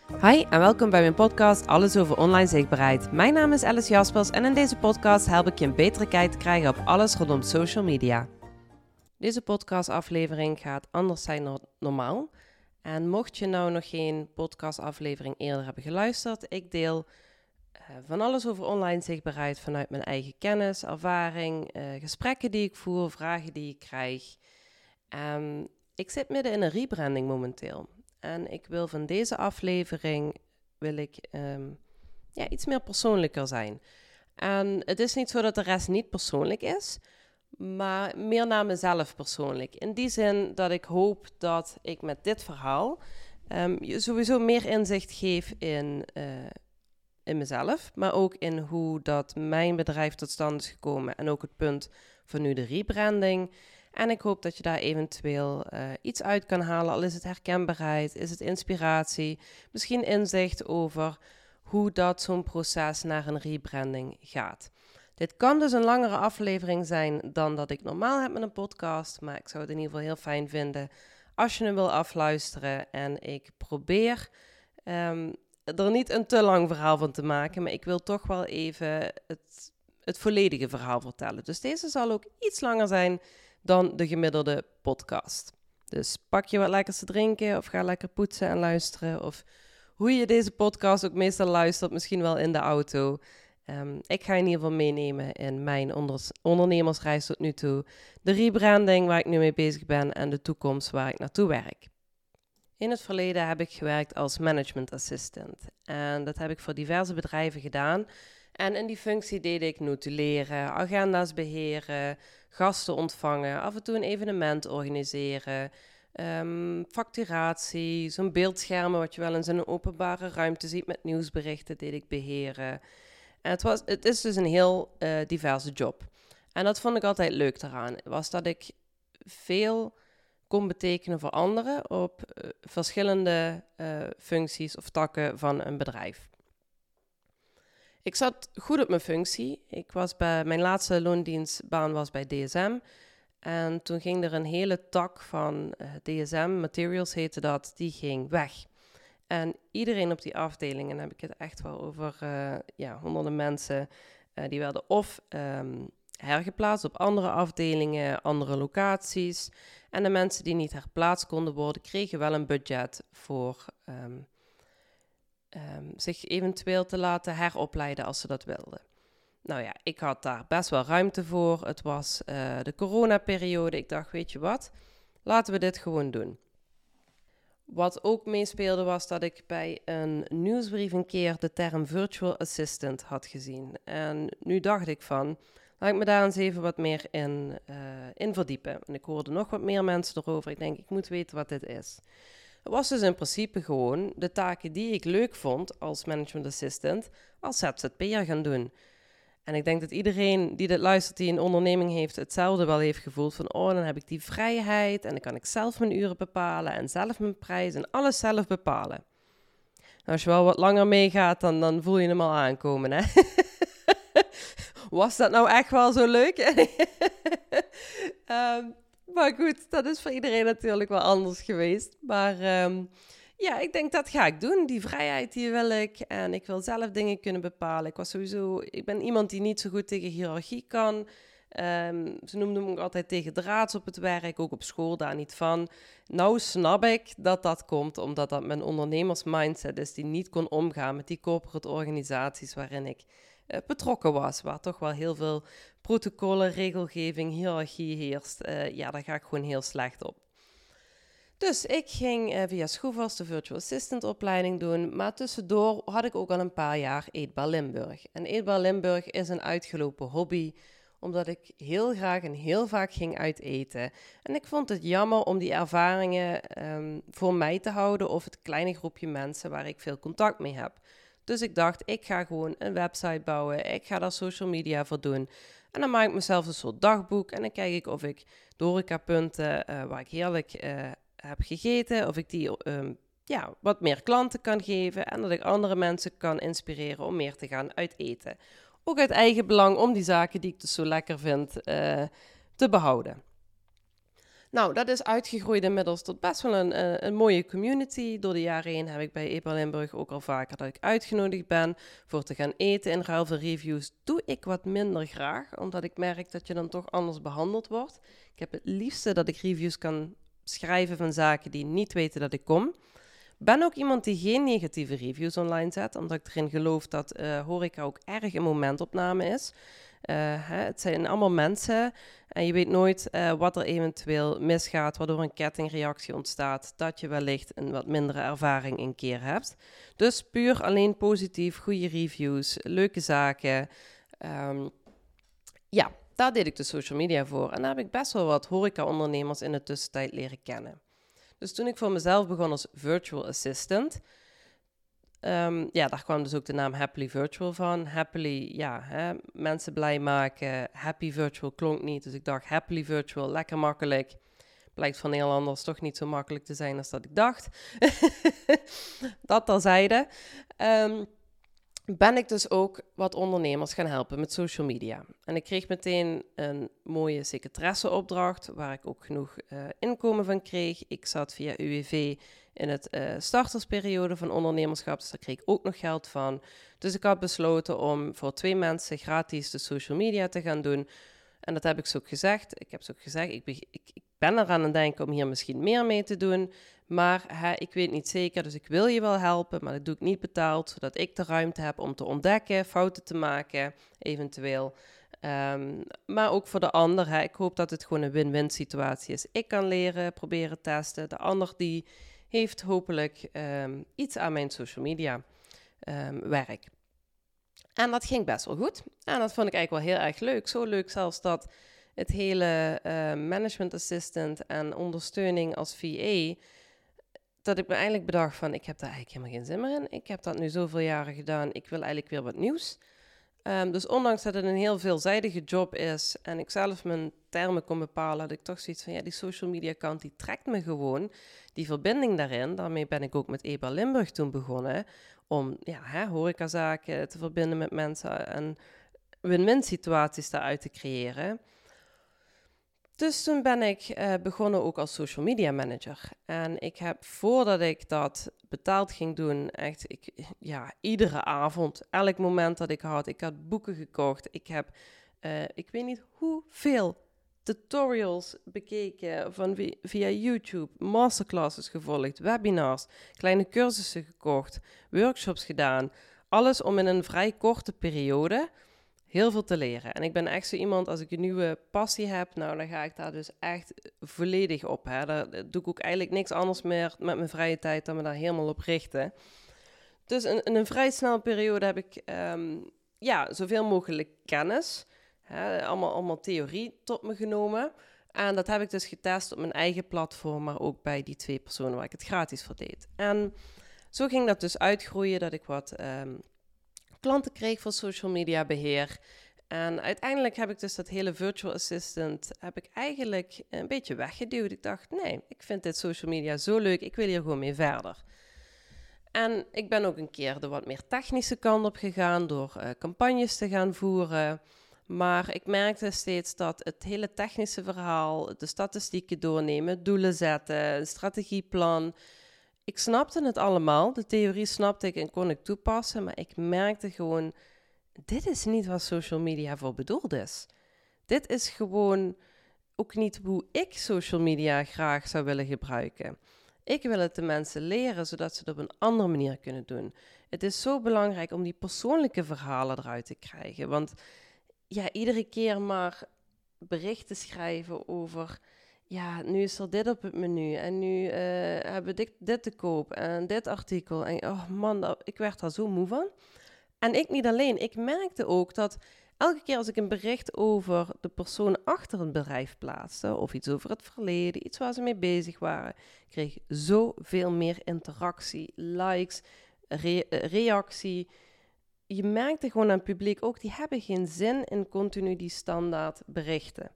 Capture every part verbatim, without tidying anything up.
Hi en welkom bij mijn podcast Alles over online zichtbaarheid. Mijn naam is Alice Jaspers en in deze podcast help ik je een betere kijk te krijgen op alles rondom social media. Deze podcastaflevering gaat anders zijn dan normaal. En mocht je nou nog geen podcastaflevering eerder hebben geluisterd, ik deel uh, van alles over online zichtbaarheid vanuit mijn eigen kennis, ervaring, uh, gesprekken die ik voer, vragen die ik krijg. Um, ik zit midden in een rebranding momenteel. En ik wil van deze aflevering wil ik, um, ja, iets meer persoonlijker zijn. En het is niet zo dat de rest niet persoonlijk is, maar meer naar mezelf persoonlijk. In die zin dat ik hoop dat ik met dit verhaal um, je sowieso meer inzicht geef in, uh, in mezelf, maar ook in hoe dat mijn bedrijf tot stand is gekomen en ook het punt van nu de rebranding. En ik hoop dat je daar eventueel uh, iets uit kan halen, al is het herkenbaarheid, is het inspiratie, misschien inzicht over hoe dat zo'n proces naar een rebranding gaat. Dit kan dus een langere aflevering zijn dan dat ik normaal heb met een podcast, maar ik zou het in ieder geval heel fijn vinden als je hem wil afluisteren. En ik probeer um, er niet een te lang verhaal van te maken, maar ik wil toch wel even het, het volledige verhaal vertellen. Dus deze zal ook iets langer zijn dan de gemiddelde podcast. Dus pak je wat lekkers te drinken of ga lekker poetsen en luisteren. Of hoe je deze podcast ook meestal luistert, misschien wel in de auto. Um, ik ga je in ieder geval meenemen in mijn onders- ondernemersreis tot nu toe. De rebranding waar ik nu mee bezig ben en de toekomst waar ik naartoe werk. In het verleden heb ik gewerkt als management assistant. En dat heb ik voor diverse bedrijven gedaan. En in die functie deed ik notuleren, agenda's beheren, gasten ontvangen, af en toe een evenement organiseren, um, facturatie, zo'n beeldschermen wat je wel eens in een openbare ruimte ziet met nieuwsberichten, deed ik beheren. En het, was, het is dus een heel uh, diverse job. En dat vond ik altijd leuk daaraan, was dat ik veel kon betekenen voor anderen op uh, verschillende uh, functies of takken van een bedrijf. Ik zat goed op mijn functie. Ik was bij, mijn laatste loondienstbaan was bij D S M. En toen ging er een hele tak van uh, D S M, Materials heette dat, die ging weg. En iedereen op die afdeling, en dan heb ik het echt wel over uh, ja, honderden mensen, uh, die werden of um, hergeplaatst op andere afdelingen, andere locaties. En de mensen die niet herplaatst konden worden, kregen wel een budget voor Um, Um, zich eventueel te laten heropleiden als ze dat wilden. Nou ja, ik had daar best wel ruimte voor. Het was uh, de coronaperiode. Ik dacht, weet je wat, laten we dit gewoon doen. Wat ook meespeelde was dat ik bij een nieuwsbrief een keer de term virtual assistant had gezien. En nu dacht ik van, laat ik me daar eens even wat meer in, uh, in verdiepen. En ik hoorde nog wat meer mensen erover. Ik denk, ik moet weten wat dit is. Het was dus in principe gewoon de taken die ik leuk vond als management assistant als Z Z P'er gaan doen. En ik denk dat iedereen die dit luistert, die een onderneming heeft, hetzelfde wel heeft gevoeld van, oh, dan heb ik die vrijheid en dan kan ik zelf mijn uren bepalen en zelf mijn prijs en alles zelf bepalen. Nou, als je wel wat langer meegaat, dan, dan voel je hem al aankomen, hè? Was dat nou echt wel zo leuk? um, Maar goed, dat is voor iedereen natuurlijk wel anders geweest. Maar um, ja, ik denk dat ga ik doen. Die vrijheid die wil ik. En ik wil zelf dingen kunnen bepalen. Ik was sowieso, ik ben iemand die niet zo goed tegen hiërarchie kan. Um, ze noemden me ook altijd tegen draads op het werk, ook op school, daar niet van. Nou snap ik dat dat komt, omdat dat mijn ondernemersmindset is die niet kon omgaan met die corporate organisaties waarin ik uh, betrokken was. Waar toch wel heel veel protocollen, regelgeving, hiërarchie heerst. Uh, ja, daar ga ik gewoon heel slecht op. Dus ik ging uh, via Schroevers de Virtual Assistant opleiding doen, maar tussendoor had ik ook al een paar jaar Eetbaar Limburg. En Eetbaar Limburg is een uitgelopen hobby, omdat ik heel graag en heel vaak ging uiteten. En ik vond het jammer om die ervaringen um, voor mij te houden of het kleine groepje mensen waar ik veel contact mee heb. Dus ik dacht, ik ga gewoon een website bouwen, ik ga daar social media voor doen. En dan maak ik mezelf een soort dagboek en dan kijk ik of ik de horecapunten uh, waar ik heerlijk uh, heb gegeten, of ik die um, ja, wat meer klanten kan geven en dat ik andere mensen kan inspireren om meer te gaan uiteten. Ook uit eigen belang om die zaken die ik dus zo lekker vind uh, te behouden. Nou, dat is uitgegroeid inmiddels tot best wel een, een, een mooie community. Door de jaren heen heb ik bij Epa Limburg ook al vaker dat ik uitgenodigd ben voor te gaan eten in ruil voor reviews. Doe ik wat minder graag, omdat ik merk dat je dan toch anders behandeld wordt. Ik heb het liefste dat ik reviews kan schrijven van zaken die niet weten dat ik kom. Ben ook iemand die geen negatieve reviews online zet, omdat ik erin geloof dat uh, horeca ook erg een momentopname is. Uh, hè, het zijn allemaal mensen en je weet nooit uh, wat er eventueel misgaat, waardoor een kettingreactie ontstaat, dat je wellicht een wat mindere ervaring een keer hebt. Dus puur alleen positief, goede reviews, leuke zaken. Um, ja, daar deed ik de social media voor. En daar heb ik best wel wat horeca-ondernemers in de tussentijd leren kennen. Dus toen ik voor mezelf begon als virtual assistant, um, ja, daar kwam dus ook de naam Happily Virtual van. Happily, ja, hè, mensen blij maken. Happy Virtual klonk niet, dus ik dacht Happily Virtual, lekker makkelijk. Blijkt van Nederlanders toch niet zo makkelijk te zijn als dat ik dacht. Dat terzijde. Um, ben ik dus ook wat ondernemers gaan helpen met social media. En ik kreeg meteen een mooie secretaresseopdracht, waar ik ook genoeg uh, inkomen van kreeg. Ik zat via U W V in het uh, startersperiode van ondernemerschap, dus daar kreeg ik ook nog geld van. Dus ik had besloten om voor twee mensen gratis de social media te gaan doen. En dat heb ik ze ook gezegd. Ik heb ze ook gezegd, ik, be- ik, ik ben eraan het denken om hier misschien meer mee te doen. Maar hè, ik weet niet zeker, dus ik wil je wel helpen, maar dat doe ik niet betaald, zodat ik de ruimte heb om te ontdekken, fouten te maken, eventueel. Um, maar ook voor de ander, hè, ik hoop dat het gewoon een win-win situatie is. Ik kan leren, proberen testen. De ander die heeft hopelijk um, iets aan mijn social media um, werk. En dat ging best wel goed. En dat vond ik eigenlijk wel heel erg leuk. Zo leuk zelfs dat het hele uh, management assistant en ondersteuning als V A, dat ik me eigenlijk bedacht van, ik heb daar eigenlijk helemaal geen zin meer in. Ik heb dat nu zoveel jaren gedaan. Ik wil eigenlijk weer wat nieuws. Um, dus ondanks dat het een heel veelzijdige job is en ik zelf mijn termen kon bepalen, had ik toch zoiets van, ja, die social media kant, die trekt me gewoon. Die verbinding daarin, daarmee ben ik ook met Epa Limburg toen begonnen, om ja, hè, horecazaken te verbinden met mensen en win-win situaties daaruit te creëren. Dus toen ben ik uh, begonnen ook als social media manager. En ik heb, voordat ik dat betaald ging doen, echt, ik, ja, iedere avond, elk moment dat ik had, ik had boeken gekocht. Ik heb, uh, ik weet niet hoeveel tutorials bekeken van via, via YouTube, masterclasses gevolgd, webinars, kleine cursussen gekocht, workshops gedaan. Alles om in een vrij korte periode heel veel te leren. En ik ben echt zo iemand, als ik een nieuwe passie heb, nou, dan ga ik daar dus echt volledig op. Hè. Daar doe ik ook eigenlijk niks anders meer met mijn vrije tijd dan me daar helemaal op richten. Dus in, in een vrij snelle periode heb ik um, ja, zoveel mogelijk kennis, hè, allemaal, allemaal theorie tot me genomen. En dat heb ik dus getest op mijn eigen platform, maar ook bij die twee personen waar ik het gratis voor deed. En zo ging dat dus uitgroeien, dat ik wat Um, klanten kreeg voor social media beheer. En uiteindelijk heb ik dus dat hele virtual assistant heb ik eigenlijk een beetje weggeduwd. Ik dacht, nee, ik vind dit social media zo leuk, ik wil hier gewoon mee verder. En ik ben ook een keer de wat meer technische kant op gegaan door uh, campagnes te gaan voeren. Maar ik merkte steeds dat het hele technische verhaal, de statistieken doornemen, doelen zetten, een strategieplan. Ik snapte het allemaal, de theorie snapte ik en kon ik toepassen, maar ik merkte gewoon, dit is niet wat social media voor bedoeld is. Dit is gewoon ook niet hoe ik social media graag zou willen gebruiken. Ik wil het de mensen leren, zodat ze het op een andere manier kunnen doen. Het is zo belangrijk om die persoonlijke verhalen eruit te krijgen, want ja, iedere keer maar berichten schrijven over, ja, nu is er dit op het menu en nu uh, hebben we dit, dit te koop en dit artikel. En oh man, dat, ik werd daar zo moe van. En ik niet alleen, ik merkte ook dat elke keer als ik een bericht over de persoon achter het bedrijf plaatste, of iets over het verleden, iets waar ze mee bezig waren, kreeg ik zoveel meer interactie, likes, re- reactie. Je merkte gewoon aan het publiek ook, die hebben geen zin in continu die standaard berichten.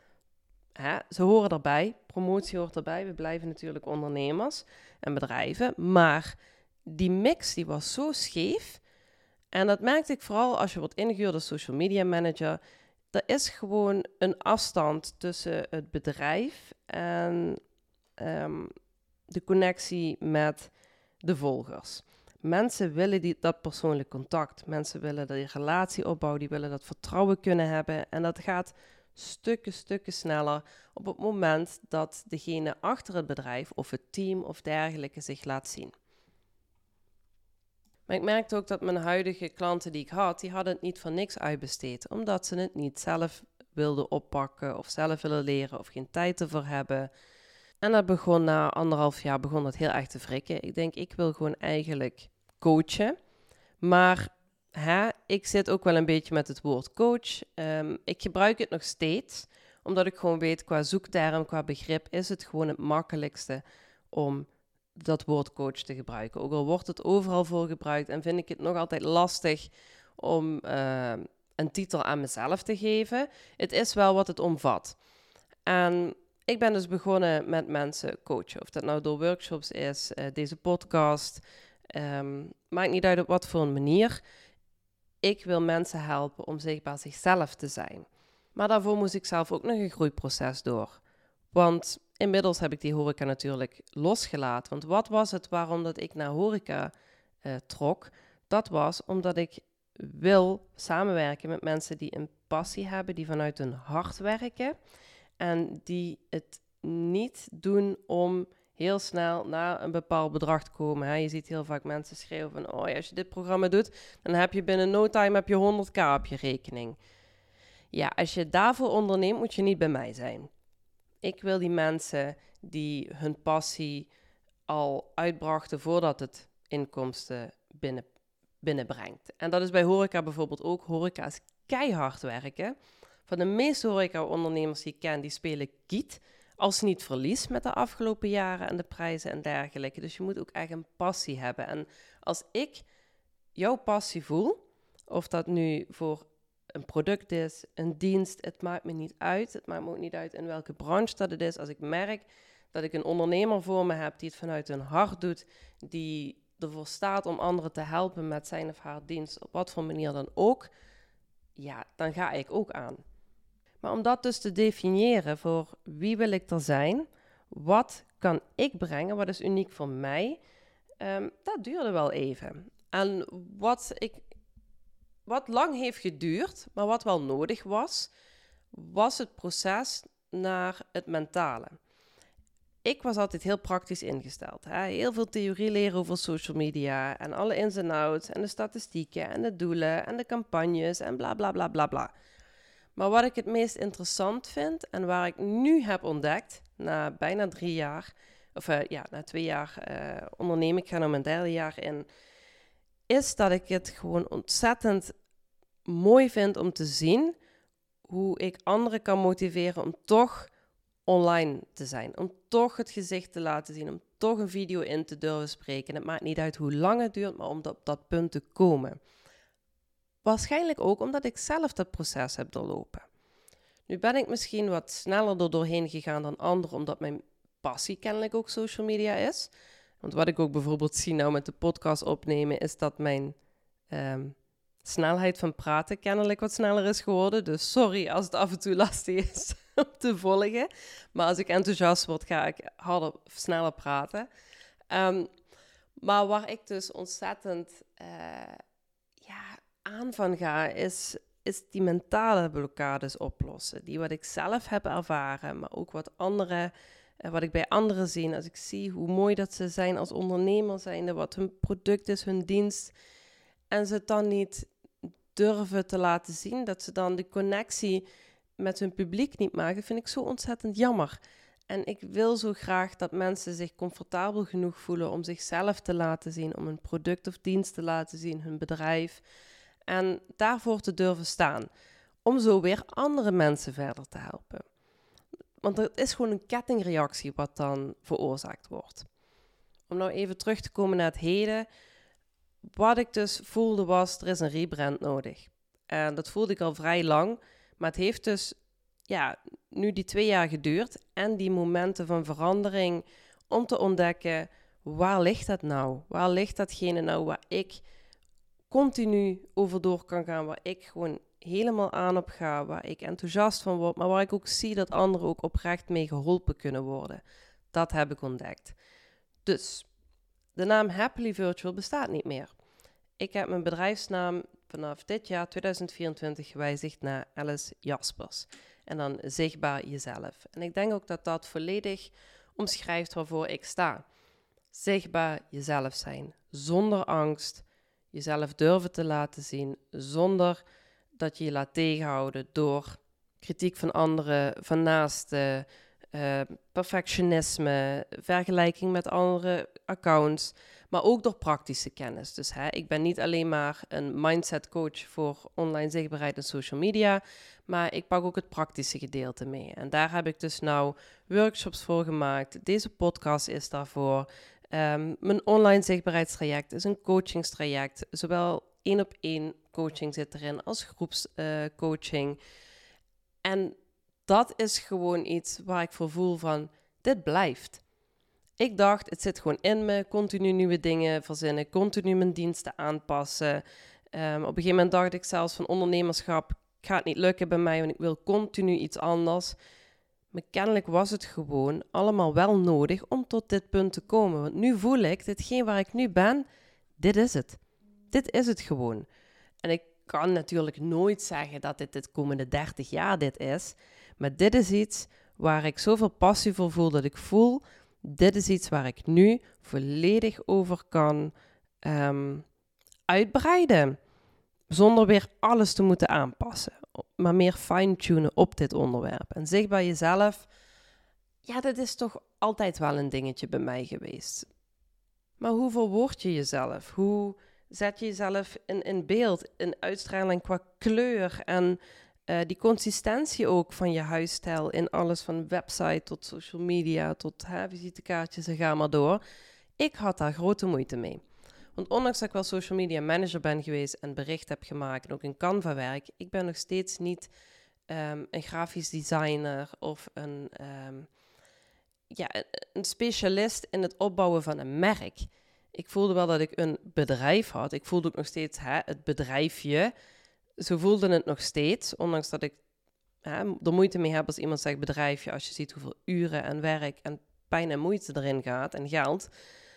Hè, ze horen erbij, promotie hoort erbij, we blijven natuurlijk ondernemers en bedrijven, maar die mix die was zo scheef en dat merkte ik vooral als je wordt ingehuurd als social media manager. er is gewoon een afstand tussen het bedrijf en um, de connectie met de volgers. Mensen willen die, dat persoonlijk contact. Mensen willen die relatie opbouwen. Die willen dat vertrouwen kunnen hebben. En dat gaat stukken, stukken sneller op het moment dat degene achter het bedrijf of het team of dergelijke zich laat zien. Maar ik merkte ook dat mijn huidige klanten die ik had, die hadden het niet voor niks uitbesteed. Omdat ze het niet zelf wilden oppakken of zelf willen leren of geen tijd ervoor hebben. En dat begon na anderhalf jaar begon dat heel erg te wrikken. Ik denk, ik wil gewoon eigenlijk coachen. Maar hè, ik zit ook wel een beetje met het woord coach. Um, ik gebruik het nog steeds, omdat ik gewoon weet, qua zoekterm, qua begrip, is het gewoon het makkelijkste om dat woord coach te gebruiken. Ook al wordt het overal voor gebruikt en vind ik het nog altijd lastig om uh, een titel aan mezelf te geven. Het is wel wat het omvat. En ik ben dus begonnen met mensen coachen. Of dat nou door workshops is, uh, deze podcast. Um, maakt niet uit op wat voor een manier. Ik wil mensen helpen om zichtbaar zichzelf te zijn. Maar daarvoor moest ik zelf ook nog een groeiproces door. Want inmiddels heb ik die horeca natuurlijk losgelaten. Want wat was het waarom dat ik naar horeca uh, trok? Dat was omdat ik wil samenwerken met mensen die een passie hebben, die vanuit hun hart werken. En die het niet doen om heel snel naar een bepaald bedrag te komen. Hè. Je ziet heel vaak mensen schreeuwen van, oh ja, als je dit programma doet, dan heb je binnen no time heb je honderd k op je rekening. Ja, als je daarvoor onderneemt, moet je niet bij mij zijn. Ik wil die mensen die hun passie al uitbrachten voordat het inkomsten binnen, binnenbrengt. En dat is bij horeca bijvoorbeeld ook. Horeca is keihard werken. Van de meeste horeca-ondernemers die ik ken, die spelen kiet als niet verlies met de afgelopen jaren en de prijzen en dergelijke. Dus je moet ook echt een passie hebben. En als ik jouw passie voel, of dat nu voor een product is, een dienst, het maakt me niet uit. Het maakt me ook niet uit in welke branche dat het is. Als ik merk dat ik een ondernemer voor me heb die het vanuit hun hart doet, die ervoor staat om anderen te helpen met zijn of haar dienst, op wat voor manier dan ook, ja, dan ga ik ook aan. Maar om dat dus te definiëren voor wie wil ik er zijn, wat kan ik brengen, wat is uniek voor mij, um, dat duurde wel even. En wat, ik, wat lang heeft geduurd, maar wat wel nodig was, was het proces naar het mentale. Ik was altijd heel praktisch ingesteld. Hè? Heel veel theorie leren over social media en alle ins en outs en de statistieken en de doelen en de campagnes en bla bla bla bla bla. Maar wat ik het meest interessant vind en waar ik nu heb ontdekt, na bijna drie jaar, of uh, ja, na twee jaar uh, onderneem ik, ga naar mijn derde jaar in, is dat ik het gewoon ontzettend mooi vind om te zien hoe ik anderen kan motiveren om toch online te zijn. Om toch het gezicht te laten zien, om toch een video in te durven spreken. Het maakt niet uit hoe lang het duurt, maar om op dat punt te komen. Waarschijnlijk ook omdat ik zelf dat proces heb doorlopen. Nu ben ik misschien wat sneller er doorheen gegaan dan anderen, omdat mijn passie kennelijk ook social media is. Want wat ik ook bijvoorbeeld zie nou met de podcast opnemen, is dat mijn um, snelheid van praten kennelijk wat sneller is geworden. Dus sorry als het af en toe lastig is om te volgen. Maar als ik enthousiast word, ga ik harder, sneller praten. Um, maar waar ik dus ontzettend uh, ja, aan van ga, is, is die mentale blokkades oplossen. Die wat ik zelf heb ervaren, maar ook wat anderen, uh, wat ik bij anderen zie. Als ik zie hoe mooi dat ze zijn als ondernemer zijnde, wat hun product is, hun dienst. En ze het dan niet durven te laten zien, dat ze dan de connectie met hun publiek niet maken, vind ik zo ontzettend jammer. En ik wil zo graag dat mensen zich comfortabel genoeg voelen om zichzelf te laten zien, om een product of dienst te laten zien, hun bedrijf. En daarvoor te durven staan, om zo weer andere mensen verder te helpen. Want het is gewoon een kettingreactie wat dan veroorzaakt wordt. Om nou even terug te komen naar het heden. Wat ik dus voelde was, er is een rebrand nodig. En dat voelde ik al vrij lang. Maar het heeft dus ja, nu die twee jaar geduurd. En die momenten van verandering om te ontdekken, waar ligt dat nou? Waar ligt datgene nou waar ik continu over door kan gaan, waar ik gewoon helemaal aan op ga, waar ik enthousiast van word, maar waar ik ook zie dat anderen ook oprecht mee geholpen kunnen worden. Dat heb ik ontdekt. Dus, de naam Happily Virtual bestaat niet meer. Ik heb mijn bedrijfsnaam vanaf dit jaar tweeduizend vierentwintig gewijzigd naar Alice Jaspers. En dan zichtbaar jezelf. En ik denk ook dat dat volledig omschrijft waarvoor ik sta. Zichtbaar jezelf zijn, zonder angst, jezelf durven te laten zien, zonder dat je je laat tegenhouden door kritiek van anderen, van naasten, uh, perfectionisme, vergelijking met andere accounts, maar ook door praktische kennis. Dus hè, ik ben niet alleen maar een mindset coach voor online zichtbaarheid en social media, maar ik pak ook het praktische gedeelte mee. En daar heb ik dus nou workshops voor gemaakt. Deze podcast is daarvoor. Um, mijn online zichtbaarheidstraject is een coachingstraject. Zowel één op één coaching zit erin als groepscoaching. Uh, en dat is gewoon iets waar ik voor voel van, dit blijft. Ik dacht, het zit gewoon in me, continu nieuwe dingen verzinnen, continu mijn diensten aanpassen. Um, op een gegeven moment dacht ik zelfs van ondernemerschap, gaat het niet lukken bij mij, want ik wil continu iets anders. Maar kennelijk was het gewoon allemaal wel nodig om tot dit punt te komen. Want nu voel ik, ditgene waar ik nu ben, dit is het. Dit is het gewoon. En ik kan natuurlijk nooit zeggen dat dit de komende dertig jaar dit is. Maar dit is iets waar ik zoveel passie voor voel dat ik voel, dit is iets waar ik nu volledig over kan um, uitbreiden. Zonder weer alles te moeten aanpassen. Maar meer fine-tunen op dit onderwerp. En zichtbaar jezelf, ja, dat is toch altijd wel een dingetje bij mij geweest. Maar hoe verwoord je jezelf? Hoe zet je jezelf in, in beeld, in uitstraling qua kleur en uh, die consistentie ook van je huisstijl in alles van website tot social media tot hè, visitekaartjes en ga maar door. Ik had daar grote moeite mee. Want ondanks dat ik wel social media manager ben geweest en bericht heb gemaakt en ook in Canva werk, ik ben nog steeds niet um, een grafisch designer of een, um, ja, een specialist in het opbouwen van een merk. Ik voelde wel dat ik een bedrijf had. Ik voelde ook nog steeds hè, het bedrijfje. Zo voelde het nog steeds, ondanks dat ik hè, er moeite mee heb als iemand zegt bedrijfje, als je ziet hoeveel uren en werk en pijn en moeite erin gaat en geld.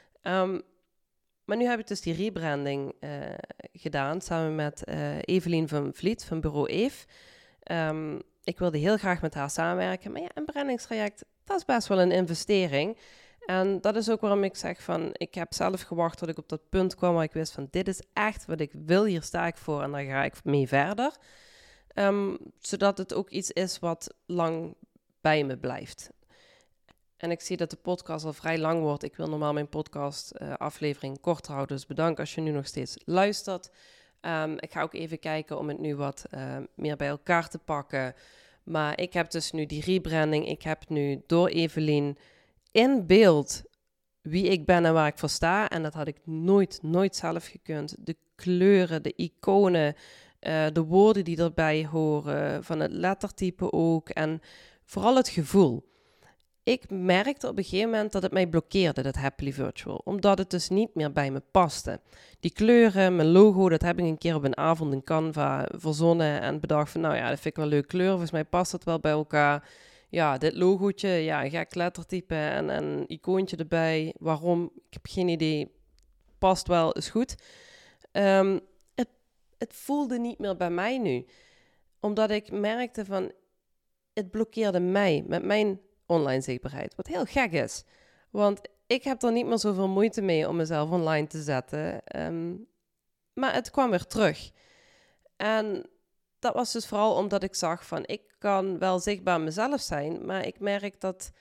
Um, Maar nu heb ik dus die rebranding uh, gedaan samen met uh, Evelien van Vliet van Bureau Eve. Um, ik wilde heel graag met haar samenwerken, maar ja, een brandingstraject, dat is best wel een investering. En dat is ook waarom ik zeg van, ik heb zelf gewacht tot ik op dat punt kwam waar ik wist van, dit is echt wat ik wil, hier sta ik voor en daar ga ik mee verder. Um, zodat het ook iets is wat lang bij me blijft. En ik zie dat de podcast al vrij lang wordt. Ik wil normaal mijn podcast uh, aflevering kort houden. Dus bedankt als je nu nog steeds luistert. Um, ik ga ook even kijken om het nu wat uh, meer bij elkaar te pakken. Maar ik heb dus nu die rebranding. Ik heb nu door Evelien in beeld wie ik ben en waar ik voor sta. En dat had ik nooit, nooit zelf gekund. De kleuren, de iconen, uh, de woorden die erbij horen. Van het lettertype ook. En vooral het gevoel. Ik merkte op een gegeven moment dat het mij blokkeerde, dat Happily Virtual. Omdat het dus niet meer bij me paste. Die kleuren, mijn logo, dat heb ik een keer op een avond in Canva verzonnen. En bedacht van, nou ja, dat vind ik wel een leuke kleur. Volgens mij past het wel bij elkaar. Ja, dit logootje, ja, een gek lettertype en, en een icoontje erbij. Waarom? Ik heb geen idee. Past wel, is goed. Um, het, het voelde niet meer bij mij nu. Omdat ik merkte van, het blokkeerde mij met mijn online zichtbaarheid. Wat heel gek is. Want ik heb er niet meer zoveel moeite mee om mezelf online te zetten. Um, maar het kwam weer terug. En dat was dus vooral omdat ik zag van, ik kan wel zichtbaar mezelf zijn, maar ik merk dat,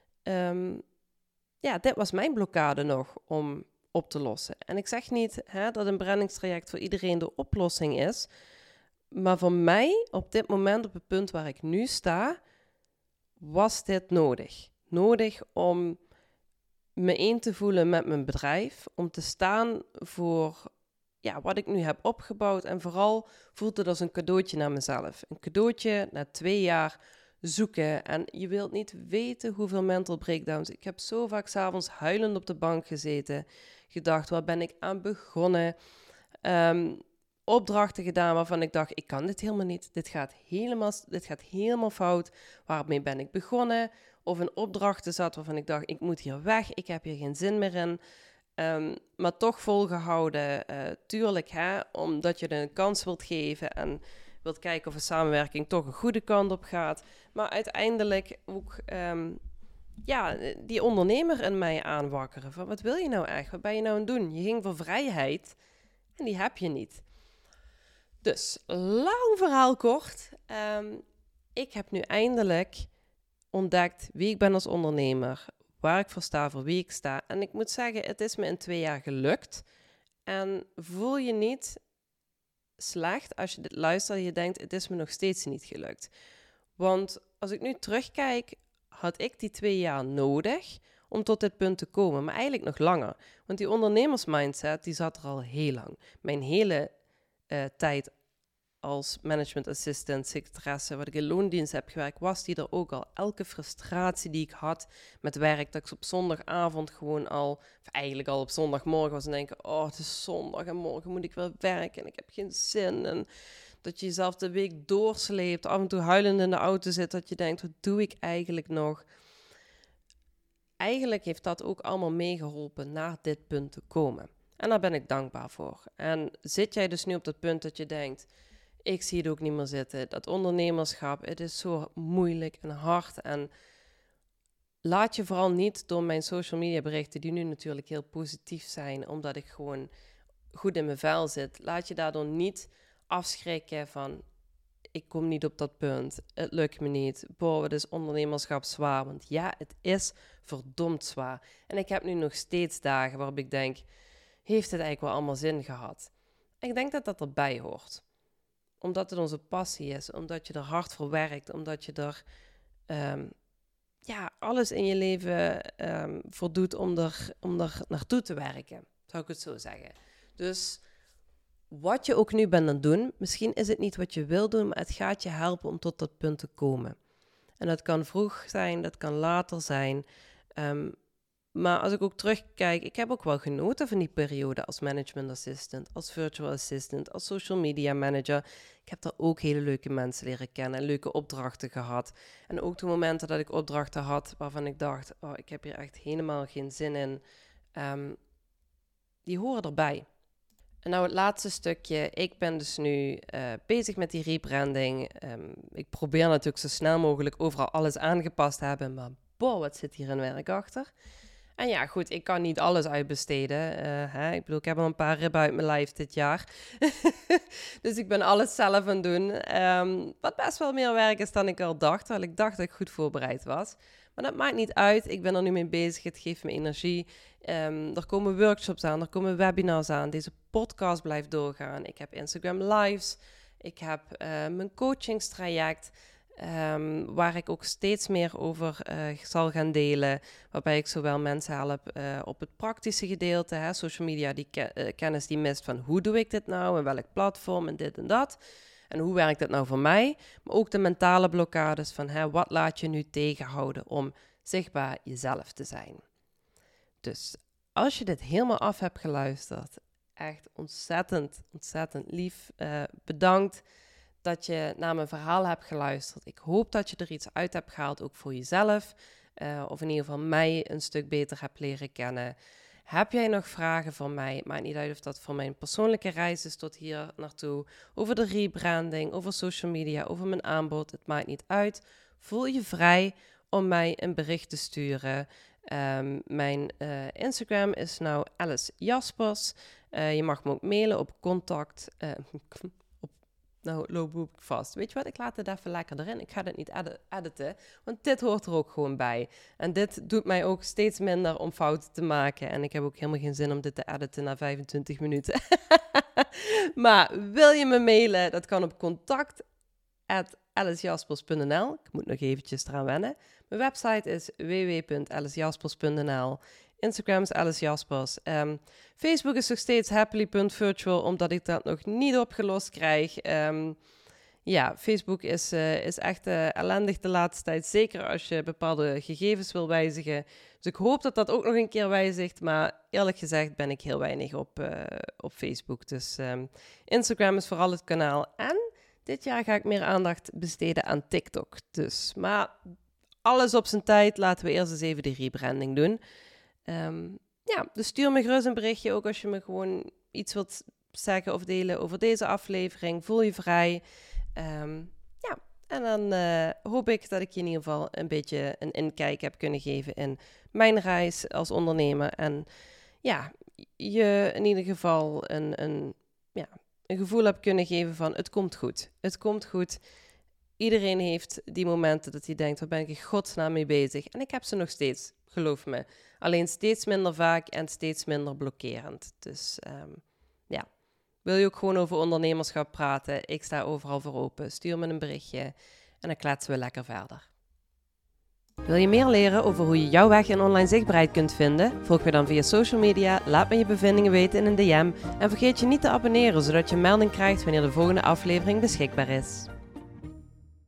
um, ja, dit was mijn blokkade nog om op te lossen. En ik zeg niet hè, dat een brandingstraject voor iedereen de oplossing is, maar voor mij op dit moment, op het punt waar ik nu sta, was dit nodig. Nodig om me één te voelen met mijn bedrijf, om te staan voor ja, wat ik nu heb opgebouwd en vooral voelt het als een cadeautje naar mezelf. Een cadeautje na twee jaar zoeken en je wilt niet weten hoeveel mental breakdowns. Ik heb zo vaak 's avonds huilend op de bank gezeten, gedacht, waar ben ik aan begonnen? Um, opdrachten gedaan waarvan ik dacht, ik kan dit helemaal niet. Dit gaat helemaal, dit gaat helemaal fout. Waarmee ben ik begonnen? Of in opdrachten zat waarvan ik dacht, ik moet hier weg. Ik heb hier geen zin meer in. Um, maar toch volgehouden. Uh, tuurlijk, hè, omdat je er een kans wilt geven en wilt kijken of een samenwerking toch een goede kant op gaat. Maar uiteindelijk ook um, ja, die ondernemer in mij aanwakkeren. Van, wat wil je nou echt? Wat ben je nou aan het doen? Je ging voor vrijheid en die heb je niet. Dus, lang verhaal kort. Um, ik heb nu eindelijk ontdekt wie ik ben als ondernemer. Waar ik voor sta, voor wie ik sta. En ik moet zeggen, het is me in twee jaar gelukt. En voel je niet slecht als je dit luistert en je denkt, het is me nog steeds niet gelukt. Want als ik nu terugkijk, had ik die twee jaar nodig om tot dit punt te komen. Maar eigenlijk nog langer. Want die ondernemersmindset, die zat er al heel lang. Mijn hele uh, tijd als management assistant, secretaresse, wat ik in loondienst heb gewerkt, was die er ook al. Elke frustratie die ik had met werk, dat ik op zondagavond gewoon al, of eigenlijk al op zondagmorgen was en denken, oh, het is zondag en morgen moet ik weer werken en ik heb geen zin. En dat je jezelf de week doorsleept, af en toe huilend in de auto zit, dat je denkt, wat doe ik eigenlijk nog? Eigenlijk heeft dat ook allemaal meegeholpen naar dit punt te komen. En daar ben ik dankbaar voor. En zit jij dus nu op dat punt dat je denkt, ik zie het ook niet meer zitten. Dat ondernemerschap, het is zo moeilijk en hard. En laat je vooral niet door mijn social media berichten, die nu natuurlijk heel positief zijn, omdat ik gewoon goed in mijn vel zit. Laat je daardoor niet afschrikken van, ik kom niet op dat punt. Het lukt me niet. Boah, het is ondernemerschap zwaar. Want ja, het is verdomd zwaar. En ik heb nu nog steeds dagen waarop ik denk, heeft het eigenlijk wel allemaal zin gehad? Ik denk dat dat erbij hoort. Omdat het onze passie is, omdat je er hard voor werkt, omdat je er um, ja, alles in je leven um, voor doet om er, om er naartoe te werken, zou ik het zo zeggen. Dus wat je ook nu bent aan het doen, misschien is het niet wat je wil doen, maar het gaat je helpen om tot dat punt te komen. En dat kan vroeg zijn, dat kan later zijn. Um, Maar als ik ook terugkijk, ik heb ook wel genoten van die periode als management assistant, als virtual assistant, als social media manager. Ik heb daar ook hele leuke mensen leren kennen en leuke opdrachten gehad. En ook de momenten dat ik opdrachten had waarvan ik dacht, oh, ik heb hier echt helemaal geen zin in. Um, die horen erbij. En nou het laatste stukje. Ik ben dus nu uh, bezig met die rebranding. Um, ik probeer natuurlijk zo snel mogelijk overal alles aangepast te hebben, maar boah, wat zit hier in werk achter. En ja, goed, ik kan niet alles uitbesteden. Uh, hè? Ik bedoel, ik heb al een paar ribben uit mijn lijf dit jaar. Dus ik ben alles zelf aan het doen. Um, wat best wel meer werk is dan ik al dacht. Terwijl ik dacht dat ik goed voorbereid was. Maar dat maakt niet uit. Ik ben er nu mee bezig. Het geeft me energie. Um, er komen workshops aan. Er komen webinars aan. Deze podcast blijft doorgaan. Ik heb Instagram Lives. Ik heb uh, mijn coachingstraject. Um, waar ik ook steeds meer over uh, zal gaan delen. Waarbij ik zowel mensen help uh, op het praktische gedeelte. Hè, social media, die ke- uh, kennis die mist van hoe doe ik dit nou? En welk platform en dit en dat. En hoe werkt dat nou voor mij? Maar ook de mentale blokkades van hè, wat laat je nu tegenhouden om zichtbaar jezelf te zijn. Dus als je dit helemaal af hebt geluisterd, echt ontzettend, ontzettend lief uh, bedankt dat je naar mijn verhaal hebt geluisterd. Ik hoop dat je er iets uit hebt gehaald, ook voor jezelf. Uh, of in ieder geval mij een stuk beter hebt leren kennen. Heb jij nog vragen voor mij? Het maakt niet uit of dat voor mijn persoonlijke reis is tot hier naartoe. Over de rebranding, over social media, over mijn aanbod. Het maakt niet uit. Voel je vrij om mij een bericht te sturen. Um, mijn uh, Instagram is nou Alice Jaspers. Uh, je mag me ook mailen op contact... Uh, Nou, loop ik vast. Weet je wat, ik laat het even lekker erin. Ik ga dit niet edi- editen, want dit hoort er ook gewoon bij. En dit doet mij ook steeds minder om fouten te maken. En ik heb ook helemaal geen zin om dit te editen na vijfentwintig minuten. Maar wil je me mailen? Dat kan op contact at alice jaspers punt n l. Ik moet nog eventjes eraan wennen. Mijn website is w w w punt alice jaspers punt n l. Instagram is Alice Jaspers. Um, Facebook is nog steeds happily punt virtual, omdat ik dat nog niet opgelost krijg. Um, ja, Facebook is, uh, is echt uh, ellendig de laatste tijd. Zeker als je bepaalde gegevens wil wijzigen. Dus ik hoop dat dat ook nog een keer wijzigt. Maar eerlijk gezegd ben ik heel weinig op, uh, op Facebook. Dus um, Instagram is vooral het kanaal. En dit jaar ga ik meer aandacht besteden aan TikTok. Dus, maar alles op zijn tijd. Laten we eerst eens even de rebranding doen. Um, ja, dus stuur me gerust een berichtje. Ook als je me gewoon iets wilt zeggen of delen over deze aflevering. Voel je vrij. Um, ja, en dan uh, hoop ik dat ik je in ieder geval een beetje een inkijk heb kunnen geven in mijn reis als ondernemer. En ja, je in ieder geval een, een, ja, een gevoel heb kunnen geven van het komt goed. Het komt goed. Iedereen heeft die momenten dat hij denkt, waar ben ik in godsnaam mee bezig? En ik heb ze nog steeds, geloof me. Alleen steeds minder vaak en steeds minder blokkerend. Dus um, ja. Wil je ook gewoon over ondernemerschap praten? Ik sta overal voor open. Stuur me een berichtje en dan kletsen we lekker verder. Wil je meer leren over hoe je jouw weg in online zichtbaarheid kunt vinden? Volg me dan via social media, laat me je bevindingen weten in een D M en vergeet je niet te abonneren, zodat je een melding krijgt wanneer de volgende aflevering beschikbaar is.